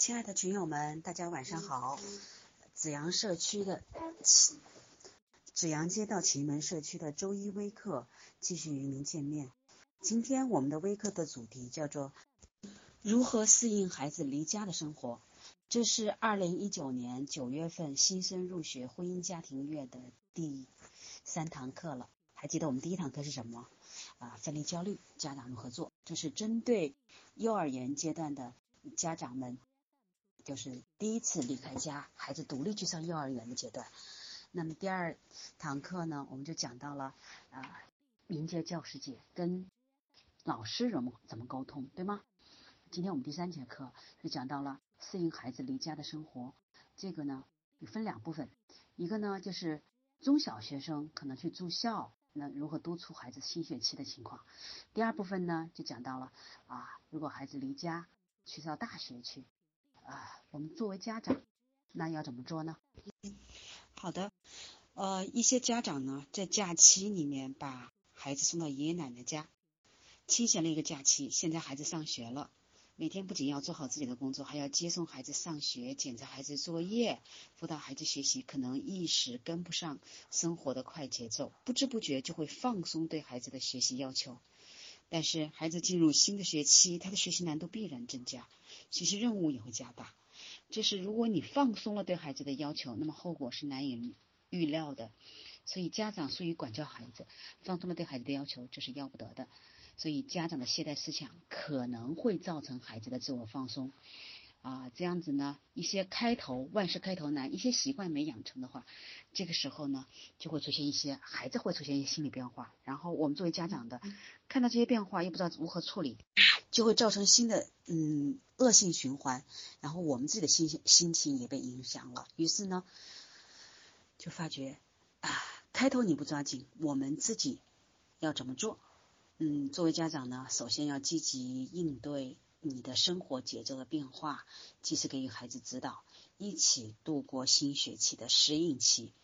亲爱的群友们，大家晚上好。紫阳社区的紫阳街道奇门社区的周一微课继续与您见面。今天我们的微课的主题叫做如何适应孩子离家的生活。这是2019年9月份新生入学婚姻家庭月的第3堂课了。还记得我们第1堂课是什么？分离焦虑，家长如何做？这是针对幼儿园阶段的家长们，就是第一次离开家，孩子独立去上幼儿园的阶段。那么第2堂课呢，我们就讲到了迎接教师节，跟老师怎么沟通，对吗？今天我们第3节课就讲到了适应孩子离家的生活。这个呢分2部分，一个呢就是中小学生可能去住校，那如何督促孩子新学期的情况。第2部分呢就讲到了如果孩子离家去到大学去，我们作为家长那要怎么做呢？好的，一些家长呢在假期里面把孩子送到爷爷奶奶家，清闲了一个假期。现在孩子上学了，每天不仅要做好自己的工作，还要接送孩子上学，检查孩子作业，辅导孩子学习，可能一时跟不上生活的快节奏，不知不觉就会放松对孩子的学习要求。但是孩子进入新的学期，他的学习难度必然增加，学习任务也会加大。这是如果你放松了对孩子的要求，那么后果是难以预料的。所以家长疏于管教孩子，放松了对孩子的要求，这是要不得的。所以家长的懈怠思想可能会造成孩子的自我放松。这样子呢，一些万事开头难，一些习惯没养成的话，这个时候呢，就会孩子会出现一些心理变化。然后我们作为家长的，看到这些变化又不知道如何处理，就会造成新的恶性循环，然后我们自己的心情也被影响了。于是呢，就发觉开头你不抓紧，我们自己要怎么做？作为家长呢，首先要积极应对你的生活节奏的变化，及时给予孩子指导，一起度过新学期的适应期。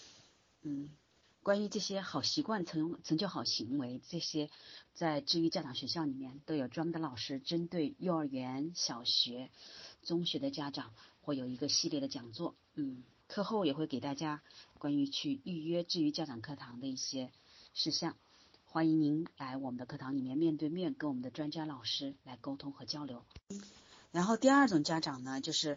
关于这些好习惯、成就好行为，这些在治愈家长学校里面都有专门的老师，针对幼儿园、小学、中学的家长会有一个系列的讲座。课后也会给大家关于去预约治愈家长课堂的一些事项。欢迎您来我们的课堂里面面对面跟我们的专家老师来沟通和交流。然后第2种家长呢，就是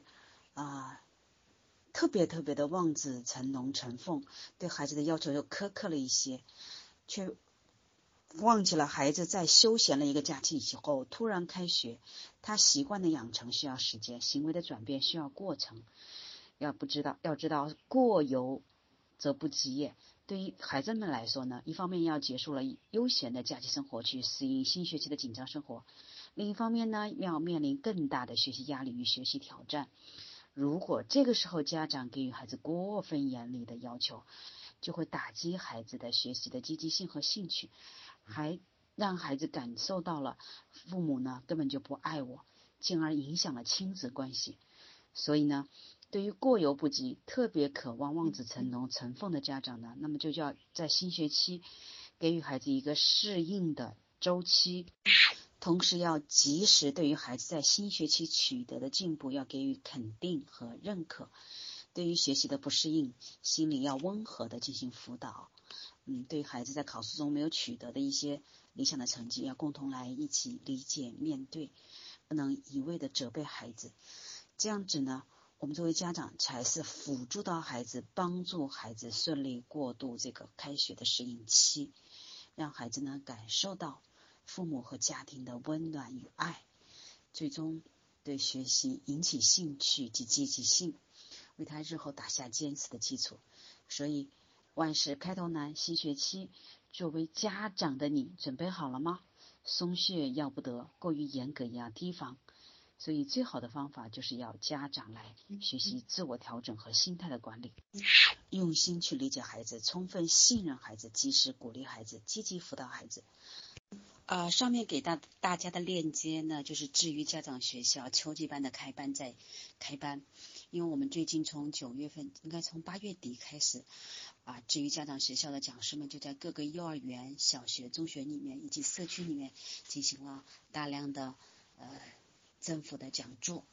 特别的望子成龙成凤，对孩子的要求又苛刻了一些，却忘记了孩子在休闲了一个假期以后突然开学，他习惯的养成需要时间，行为的转变需要过程。要知道过犹则不及也。对于孩子们来说呢，一方面要结束了悠闲的假期生活，去适应新学期的紧张生活，另一方面呢，要面临更大的学习压力与学习挑战。如果这个时候家长给予孩子过分严厉的要求，就会打击孩子的学习的积极性和兴趣，还让孩子感受到了父母呢根本就不爱我，进而影响了亲子关系。所以呢，对于过犹不及，特别渴望望子成龙成凤的家长呢，那么就要在新学期给予孩子一个适应的周期，同时要及时对于孩子在新学期取得的进步要给予肯定和认可。对于学习的不适应，心里要温和的进行辅导。对于孩子在考试中没有取得的一些理想的成绩，要共同来一起理解面对，不能一味的责备孩子。这样子呢，我们作为家长才是辅助到孩子，帮助孩子顺利过渡这个开学的适应期，让孩子呢感受到父母和家庭的温暖与爱，最终对学习引起兴趣及积极性，为他日后打下坚实的基础。所以万事开头难，新学期作为家长的你准备好了吗？松懈要不得，过于严格也要提防。所以最好的方法就是要家长来学习自我调整和心态的管理，用心去理解孩子，充分信任孩子，及时鼓励孩子，积极辅导孩子。上面给大家的链接呢，就是治愈家长学校秋季班的开班。因为我们最近从9月份，应该从8月底开始，治愈家长学校的讲师们就在各个幼儿园、小学、中学里面以及社区里面进行了大量的政府的讲座。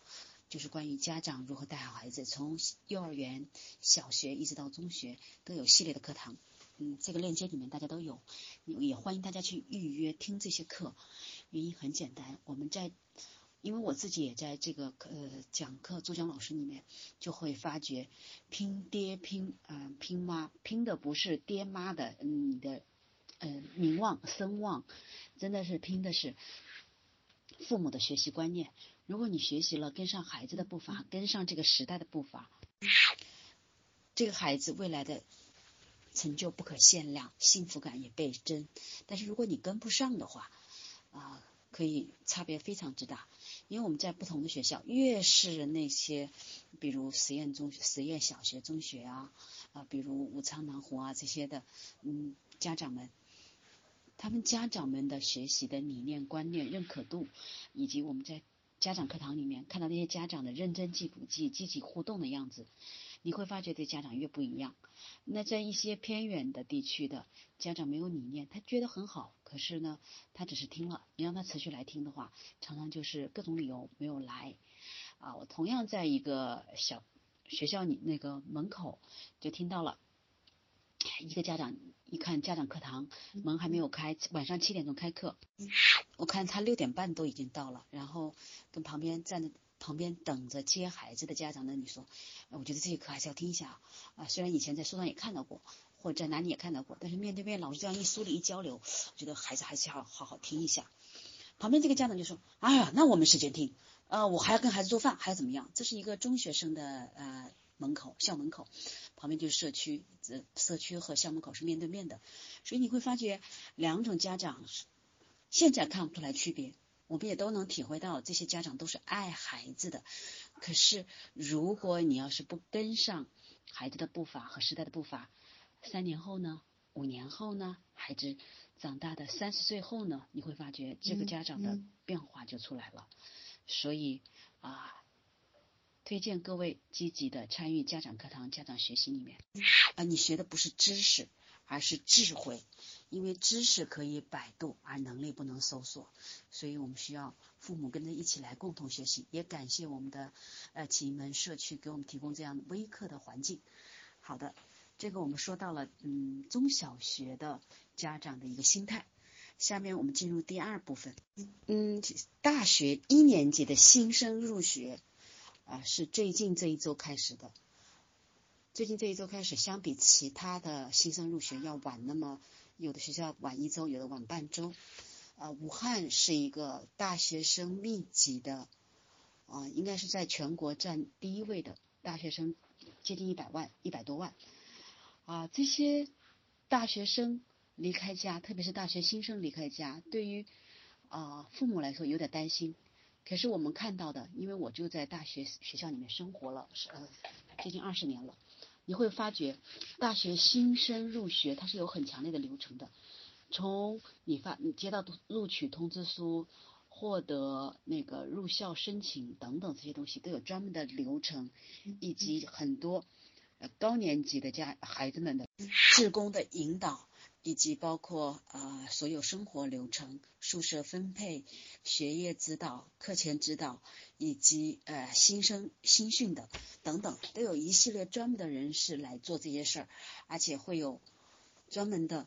就是关于家长如何带好孩子，从幼儿园、小学一直到中学都有系列的课堂。这个链接里面大家都有，也欢迎大家去预约听这些课。原因很简单，因为我自己也在这个讲课主讲老师里面，就会发觉拼爹拼妈，拼的不是爹妈的你的名望声望，真的是拼的是父母的学习观念。如果你学习了跟上孩子的步伐，跟上这个时代的步伐，这个孩子未来的成就不可限量，幸福感也倍增。但是如果你跟不上的话可以差别非常之大。因为我们在不同的学校，越是那些比如实验小学、中学比如武昌南湖这些的家长们，他们家长们的学习的理念观念认可度，以及我们在家长课堂里面看到那些家长的认真记笔记、积极互动的样子，你会发觉这家长越不一样。那在一些偏远的地区的家长没有理念，他觉得很好，可是呢他只是听了，你让他持续来听的话，常常就是各种理由没有来我同样在一个小学校里那个门口就听到了一个家长，一看家长课堂门还没有开，晚上7点钟开课，我看他6点半都已经到了，然后跟站在旁边等着接孩子的家长那里说，我觉得这节课还是要听一下虽然以前在书上也看到过，或者在哪里也看到过，但是面对面老师这样一梳理一交流，我觉得孩子还是要好好听一下。旁边这个家长就说，哎呀，那我没时间听，我还要跟孩子做饭，还要怎么样？这是一个中学生的校门口，旁边就是社区和校门口是面对面的，所以你会发觉两种家长现在看不出来区别，我们也都能体会到这些家长都是爱孩子的。可是如果你要是不跟上孩子的步伐和时代的步伐，3年后呢，5年后呢，孩子长大的30岁后呢，你会发觉这个家长的变化就出来了。所以推荐各位积极的参与家长课堂、家长学习里面你学的不是知识，而是智慧。因为知识可以百度，而能力不能搜索，所以我们需要父母跟着一起来共同学习。也感谢我们的启门社区给我们提供这样微课的环境。好的，这个我们说到了中小学的家长的一个心态。下面我们进入第2部分。大学1年级的新生入学是最近这一周开始的。最近这一周开始，相比其他的新生入学要晚，那么有的学校晚1周，有的晚半周。武汉是一个大学生密集的应该是在全国占第1位的，大学生接近100多万这些大学生离开家，特别是大学新生离开家，对于父母来说有点担心。可是我们看到的，因为我就在大学学校里面生活了接近20年了，你会发觉大学新生入学它是有很强烈的流程的。从你接到录取通知书，获得那个入校申请等等，这些东西都有专门的流程，以及很多高年级的孩子们的志工的引导，以及包括所有生活流程、宿舍分配、学业指导、课前指导，以及新训的等等，都有一系列专门的人士来做这些事儿，而且会有专门的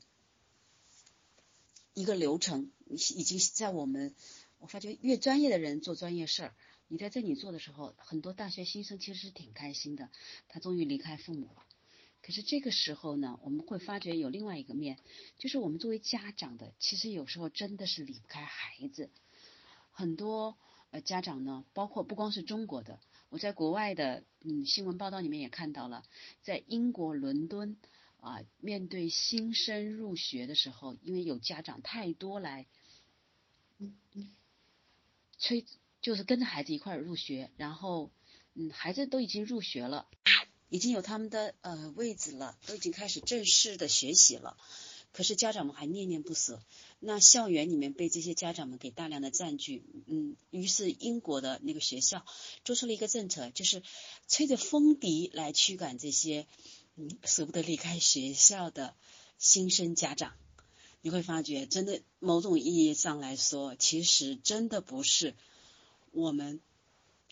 一个流程。已经在我发觉越专业的人做专业事儿，你在这里做的时候，很多大学新生其实是挺开心的，他终于离开父母了。可是这个时候呢，我们会发觉有另外一个面，就是我们作为家长的，其实有时候真的是离不开孩子。很多家长呢，包括不光是中国的，我在国外的新闻报道里面也看到了，在英国伦敦面对新生入学的时候，因为有家长太多来就是跟着孩子一块儿入学，然后孩子都已经入学了，已经有他们的位置了，都已经开始正式的学习了，可是家长们还念念不舍。那校园里面被这些家长们给大量的占据，于是英国的那个学校做出了一个政策，就是吹着风笛来驱赶这些舍不得离开学校的新生家长。你会发觉真的某种意义上来说，其实真的不是我们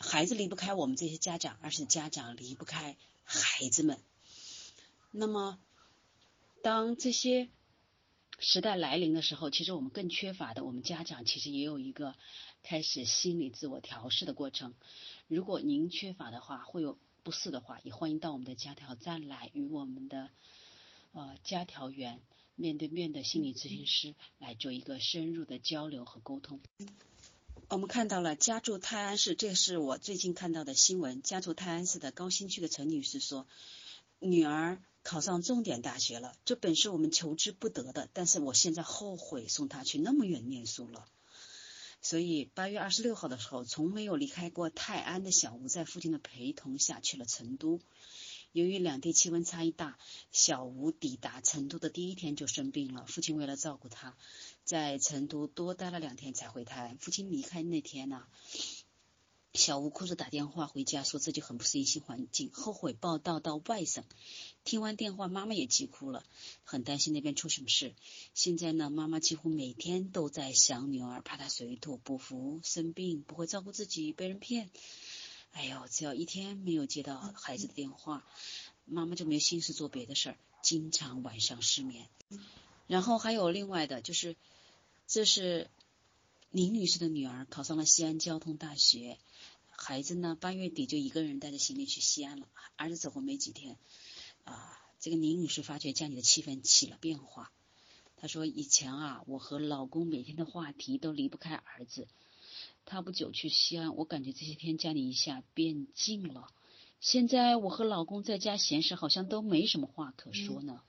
孩子离不开我们这些家长，而是家长离不开孩子们。那么当这些时代来临的时候，其实我们更缺乏的，我们家长其实也有一个开始心理自我调试的过程。如果您缺乏的话，会有不适的话，也欢迎到我们的家调站来与我们的家调员面对面的心理咨询师来做一个深入的交流和沟通。我们看到了家住泰安市，这是我最近看到的新闻。家住泰安市的高新区的陈女士说，女儿考上重点大学了，这本是我们求之不得的，但是我现在后悔送她去那么远念书了。所以8月26号的时候，从没有离开过泰安的小吴在父亲的陪同下去了成都。由于两地气温差异大，小吴抵达成都的第一天就生病了，父亲为了照顾他，在成都多待了2天才回泰安。父亲离开那天呢，小吴哭着打电话回家，说自己很不适应新环境，后悔报到到外省。听完电话，妈妈也急哭了，很担心那边出什么事。现在呢，妈妈几乎每天都在想女儿，怕她水土不服、生病，不会照顾自己，被人骗。哎呦，只要一天没有接到孩子的电话，妈妈就没有心思做别的事儿，经常晚上失眠。然后还有另外的，就是这是林女士的女儿考上了西安交通大学，孩子呢8月底就一个人带着行李去西安了。儿子走后没几天这个林女士发觉家里的气氛起了变化。她说，以前我和老公每天的话题都离不开儿子，他不久去西安，我感觉这些天家里一下变静了。现在我和老公在家闲时好像都没什么话可说呢。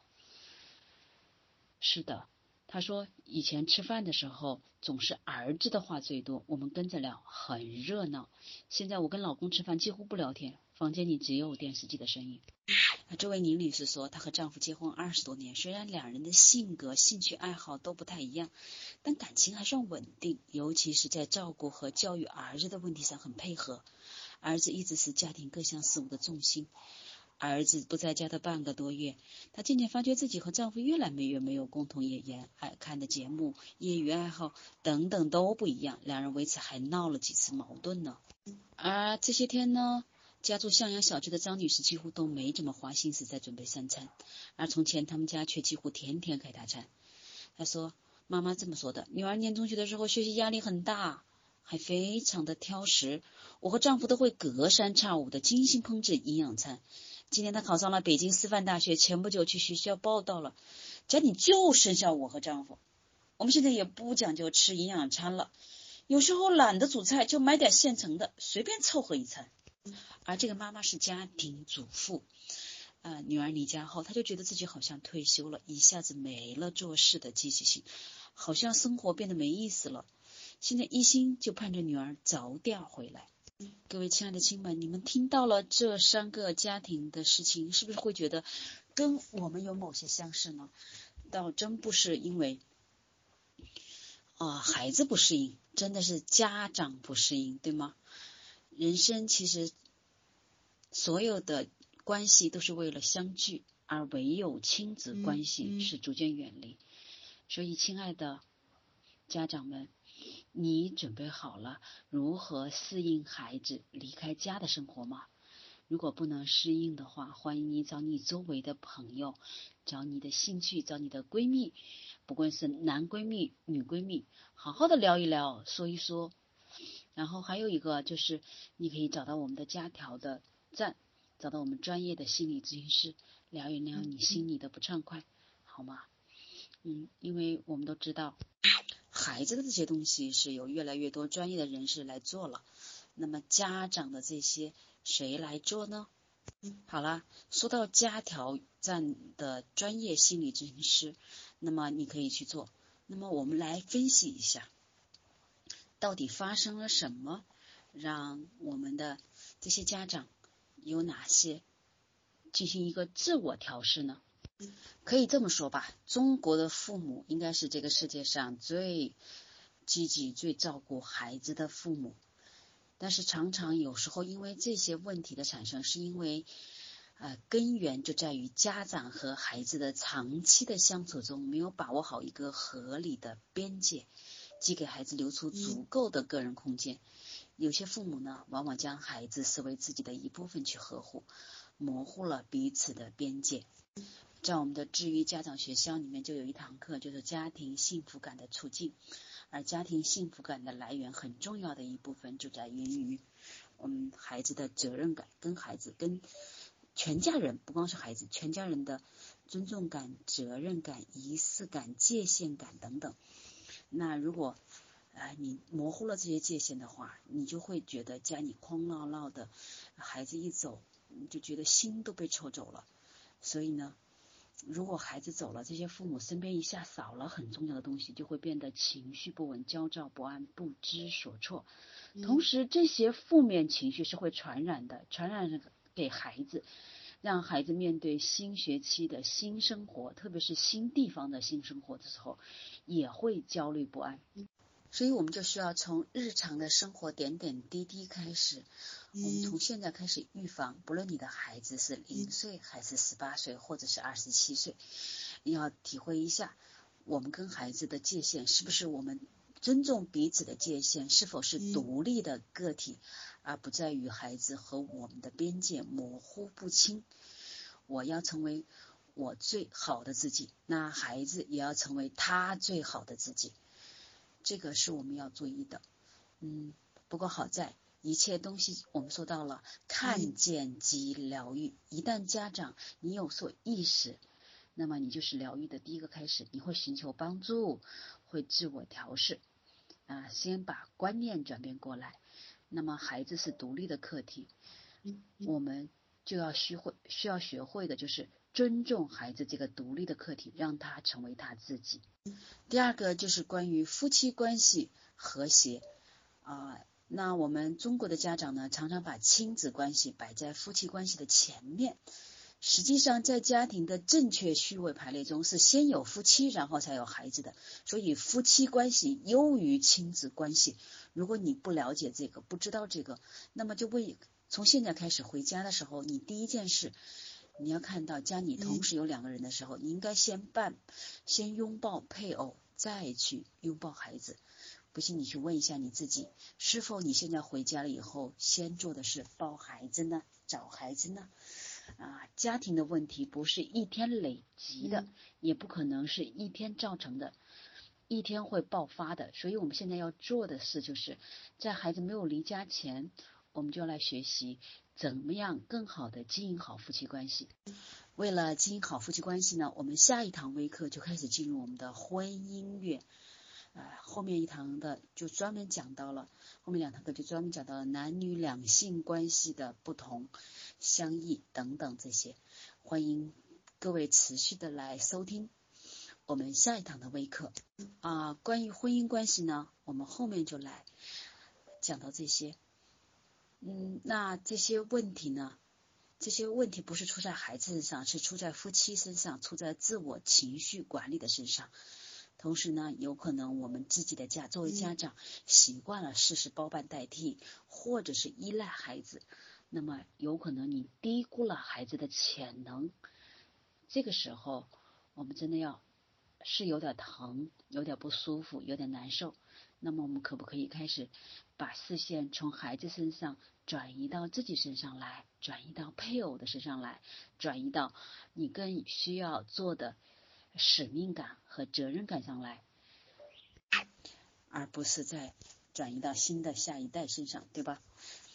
是的，他说以前吃饭的时候总是儿子的话最多，我们跟着聊，很热闹。现在我跟老公吃饭几乎不聊天，房间里只有电视机的声音。这位宁女士说，她和丈夫结婚20多年，虽然两人的性格、兴趣爱好都不太一样，但感情还算稳定，尤其是在照顾和教育儿子的问题上很配合。儿子一直是家庭各项事务的重心。儿子不在家的半个多月，她渐渐发觉自己和丈夫越来越没有共同语言，爱看的节目、业余爱好等等都不一样，两人为此还闹了几次矛盾呢。而这些天呢，家住向阳小区的张女士几乎都没怎么花心思在准备3餐，而从前他们家却几乎天天开大餐。她说，妈妈这么说的，女儿念中学的时候学习压力很大，还非常的挑食，我和丈夫都会隔三差五的精心烹制营养餐。今年她考上了北京师范大学，前不久去学校报到了，家里就剩下我和丈夫，我们现在也不讲究吃营养餐了，有时候懒得煮菜，就买点现成的，随便凑合一餐。而这个妈妈是家庭主妇，女儿离家后，她就觉得自己好像退休了，一下子没了做事的积极性，好像生活变得没意思了。现在一心就盼着女儿早点回来。各位亲爱的亲们，你们听到了这3个家庭的事情，是不是会觉得跟我们有某些相似呢？倒真不是因为孩子不适应，真的是家长不适应，对吗？人生其实所有的关系都是为了相聚，而唯有亲子关系是逐渐远离。所以亲爱的家长们，你准备好了如何适应孩子离开家的生活吗？如果不能适应的话，欢迎你找你周围的朋友，找你的兴趣，找你的闺蜜，不管是男闺蜜、女闺蜜，好好的聊一聊，说一说。然后还有一个就是你可以找到我们的家调的站，找到我们专业的心理咨询师，聊一聊你心里的不畅快，好吗？因为我们都知道孩子的这些东西是有越来越多专业的人士来做了，那么家长的这些谁来做呢？好了，说到家调站的专业心理咨询师，那么你可以去做。那么我们来分析一下，到底发生了什么，让我们的这些家长有哪些进行一个自我调试呢？可以这么说吧，中国的父母应该是这个世界上最积极、最照顾孩子的父母，但是常常有时候因为这些问题的产生，是因为根源就在于家长和孩子的长期的相处中没有把握好一个合理的边界，即给孩子留出足够的个人空间。 有些父母呢，往往将孩子视为自己的一部分去呵护，模糊了彼此的边界。在我们的治愈家长学校里面就有一堂课，就是家庭幸福感的促进。而家庭幸福感的来源很重要的一部分就在源于孩子的责任感，跟全家人，不光是孩子，全家人的尊重感、责任感、仪式感、界限感等等。那如果你模糊了这些界限的话，你就会觉得家里空落落的，孩子一走你就觉得心都被抽走了。所以呢，如果孩子走了，这些父母身边一下少了很重要的东西，就会变得情绪不稳、焦躁不安、不知所措。同时这些负面情绪是会传染给孩子，让孩子面对新学期的新生活，特别是新地方的新生活的时候，也会焦虑不安。所以我们就需要从日常的生活点点滴滴开始，我们从现在开始预防，不论你的孩子是0岁还是18岁或者是27岁，你要体会一下我们跟孩子的界限，是不是我们尊重彼此的界限，是否是独立的个体，而不在于孩子和我们的边界模糊不清。我要成为我最好的自己，那孩子也要成为他最好的自己，这个是我们要注意的。不过好在一切东西我们说到了看见即疗愈，一旦家长你有所意识，那么你就是疗愈的第一个开始，你会寻求帮助，会自我调试先把观念转变过来。那么孩子是独立的课题，我们就要需要学会的就是尊重孩子这个独立的课题，让他成为他自己。第二个就是关于夫妻关系和谐那我们中国的家长呢，常常把亲子关系摆在夫妻关系的前面，实际上在家庭的正确序位排列中是先有夫妻然后才有孩子的，所以夫妻关系优于亲子关系。如果你不了解这个，不知道这个，那么就从现在开始回家的时候，你第一件事你要看到家里同时有2个人的时候，你应该先拥抱配偶，再去拥抱孩子。不信你去问一下你自己，是否你现在回家了以后先做的是抱孩子呢，找孩子呢？家庭的问题不是一天累积的，也不可能是一天造成的，一天会爆发的。所以我们现在要做的事就是在孩子没有离家前，我们就要来学习怎么样更好的经营好夫妻关系。为了经营好夫妻关系呢，我们下一堂微课就开始进入我们的婚姻月。后面一堂的就专门讲到了，后面2堂课就专门讲到了男女两性关系的不同、相异等等这些。欢迎各位持续的来收听我们下一堂的微课关于婚姻关系呢，我们后面就来讲到这些。那这些问题呢，这些问题不是出在孩子身上，是出在夫妻身上，出在自我情绪管理的身上。同时呢，有可能我们自己的作为家长习惯了事事包办代替，或者是依赖孩子，那么有可能你低估了孩子的潜能。这个时候我们真的是有点疼，有点不舒服，有点难受。那么我们可不可以开始把视线从孩子身上转移到自己身上来，转移到配偶的身上来，转移到你更需要做的使命感和责任感上来，而不是再转移到新的下一代身上，对吧？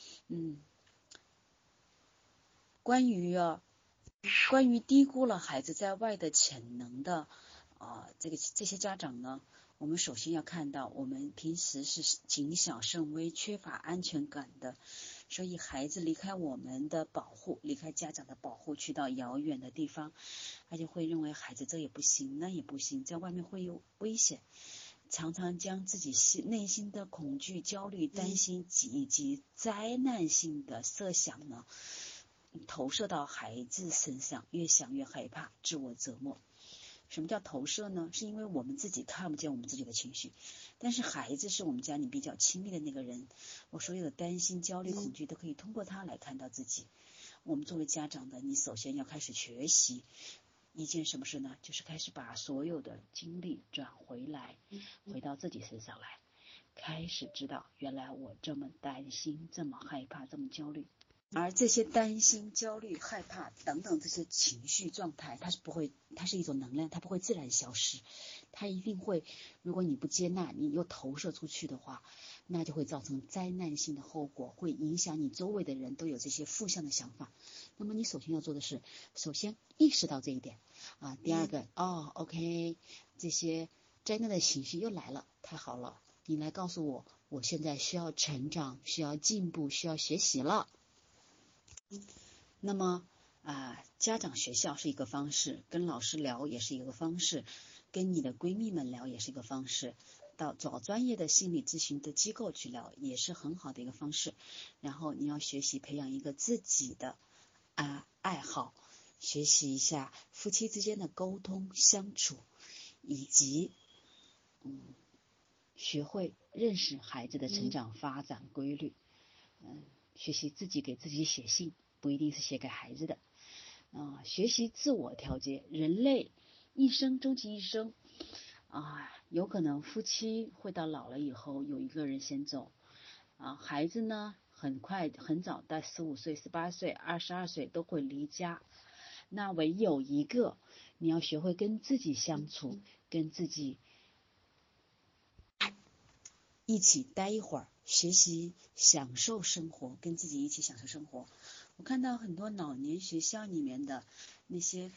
关于低估了孩子在外的潜能的这些家长呢，我们首先要看到我们平时是谨小慎微、缺乏安全感的，所以孩子离开我们的保护，离开家长的保护，去到遥远的地方，他就会认为孩子这也不行那也不行，在外面会有危险，常常将自己内心的恐惧、焦虑、担心以及灾难性的设想呢投射到孩子身上，越想越害怕，自我折磨。什么叫投射呢？是因为我们自己看不见我们自己的情绪，但是孩子是我们家里比较亲密的那个人，我所有的担心、焦虑、恐惧都可以通过他来看到自己。我们作为家长的，你首先要开始学习一件什么事呢？就是开始把所有的精力转回来，回到自己身上来， 开始知道原来我这么担心，这么害怕，这么焦虑。而这些担心、焦虑、害怕等等这些情绪状态，它是一种能量，它不会自然消失，它一定会，如果你不接纳，你又投射出去的话，那就会造成灾难性的后果，会影响你周围的人都有这些负向的想法。那么你首先要做的是，首先意识到这一点啊。第二个，OK，这些灾难的情绪又来了，太好了，你来告诉我，我现在需要成长，需要进步，需要学习了。那么家长学校是一个方式，跟老师聊也是一个方式，跟你的闺蜜们聊也是一个方式，找专业的心理咨询的机构去聊也是很好的一个方式。然后你要学习培养一个自己的爱好，学习一下夫妻之间的沟通相处，以及学会认识孩子的成长发展规律。学习自己给自己写信，不一定是写给孩子的。学习自我调节。人类终其一生有可能夫妻会到老了以后有一个人先走孩子呢很早在15岁、18岁、22岁都会离家。那唯有一个，你要学会跟自己相处，跟自己一起待一会儿，学习享受生活，跟自己一起享受生活。我看到很多老年学校里面的那些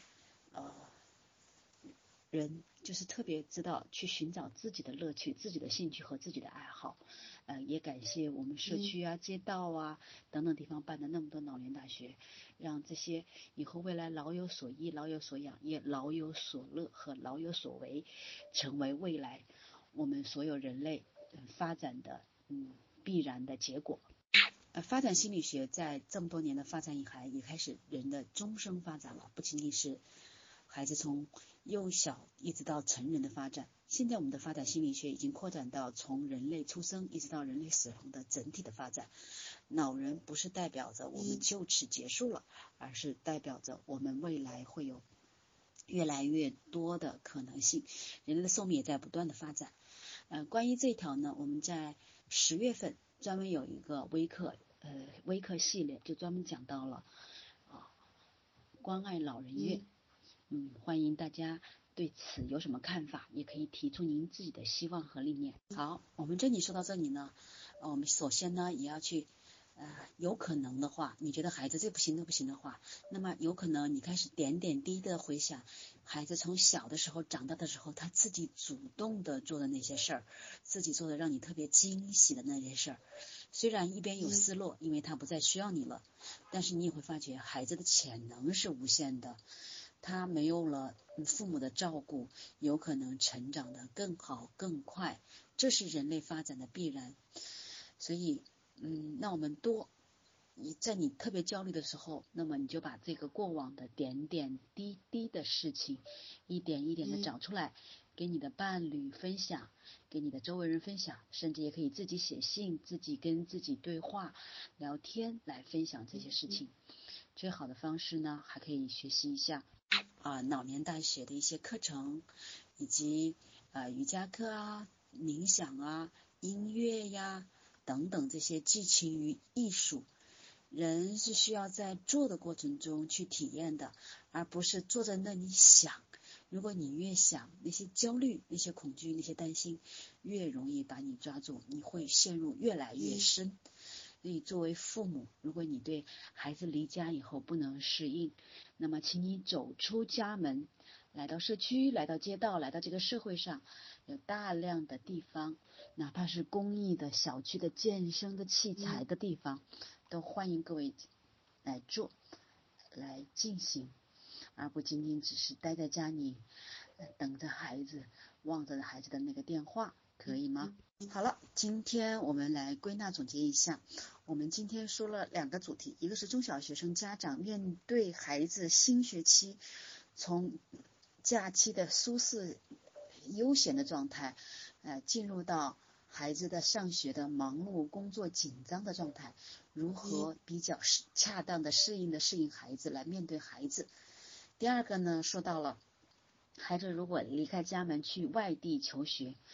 人，就是特别知道去寻找自己的乐趣、自己的兴趣和自己的爱好。也感谢我们社区街道等等地方办的那么多老年大学，让这些以后未来老有所依、老有所养，也老有所乐和老有所为，成为未来我们所有人类发展的必然的结果。发展心理学在这么多年的发展以来，也开始人的终生发展了，不仅仅是孩子从幼小一直到成人的发展。现在我们的发展心理学已经扩展到从人类出生一直到人类死亡的整体的发展。老人不是代表着我们就此结束了，而是代表着我们未来会有越来越多的可能性，人类的寿命也在不断的发展。关于这一条呢，我们在10月份专门有一个微课系列，就专门讲到了关爱老人院。欢迎大家对此有什么看法，也可以提出您自己的希望和理念。好，我们这里说到这里呢，我们首先呢也要去有可能的话，你觉得孩子这不行那不行的话，那么有可能你开始点点滴滴的回想孩子从小的时候长大的时候他自己主动的做的那些事儿，自己做的让你特别惊喜的那些事儿。虽然一边有失落，因为他不再需要你了，但是你也会发觉孩子的潜能是无限的，他没有了父母的照顾，有可能成长的更好更快，这是人类发展的必然。所以那我们在你特别焦虑的时候，那么你就把这个过往的点点滴滴的事情一点一点的找出来，给你的伴侣分享，给你的周围人分享，甚至也可以自己写信，自己跟自己对话聊天来分享这些事情。最好的方式呢，还可以学习一下老年大学的一些课程，以及瑜伽课冥想音乐呀等等这些寄情于艺术。人是需要在做的过程中去体验的，而不是坐在那里想。如果你越想，那些焦虑、那些恐惧、那些担心越容易把你抓住，你会陷入越来越深。所以作为父母，如果你对孩子离家以后不能适应，那么请你走出家门，来到社区，来到街道，来到这个社会上，有大量的地方，哪怕是公益的、小区的、健身的器材的地方，都欢迎各位来做，来进行，而不仅仅只是待在家里等着孩子，望着孩子的那个电话，可以吗？好了，今天我们来归纳总结一下。我们今天说了2个主题，一个是中小学生家长面对孩子新学期从假期的舒适悠闲的状态进入到孩子的上学的忙碌工作紧张的状态，如何比较恰当的适应孩子，来面对孩子。第二个呢，说到了孩子如果离开家门去外地求学，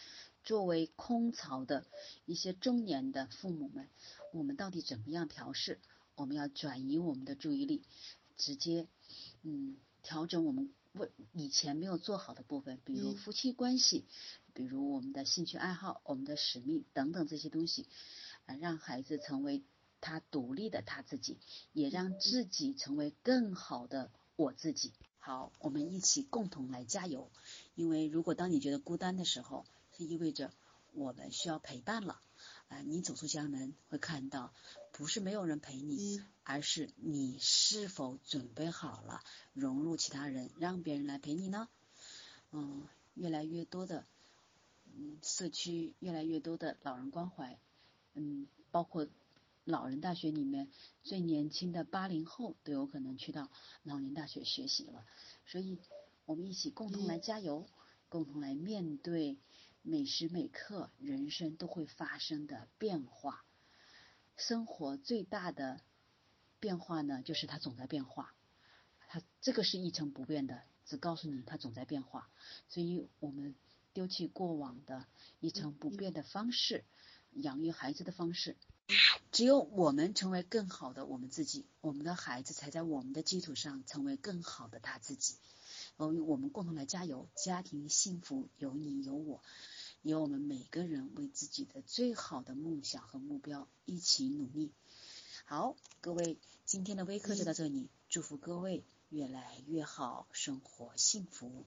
作为空巢的一些中年的父母们，我们到底怎么样调试？我们要转移我们的注意力，直接调整我们以前没有做好的部分，比如夫妻关系，比如我们的兴趣爱好、我们的使命等等这些东西，让孩子成为他独立的他自己，也让自己成为更好的我自己。好，我们一起共同来加油。因为如果当你觉得孤单的时候，是意味着我们需要陪伴了。你走出家门会看到，不是没有人陪你，而是你是否准备好了融入其他人，让别人来陪你呢？越来越多的社区，越来越多的老人关怀，包括老人大学里面最年轻的80后都有可能去到老年大学学习了。所以我们一起共同来加油，共同来面对每时每刻人生都会发生的变化。生活最大的变化呢，就是它总在变化，这个是一成不变的，只告诉你它总在变化。所以我们丢弃过往的一成不变的方式，养育孩子的方式，只有我们成为更好的我们自己，我们的孩子才在我们的基础上成为更好的他自己。我们共同来加油，家庭幸福有你有我，有我们每个人为自己的最好的梦想和目标一起努力。好，各位，今天的微课就到这里，祝福各位越来越好，生活幸福。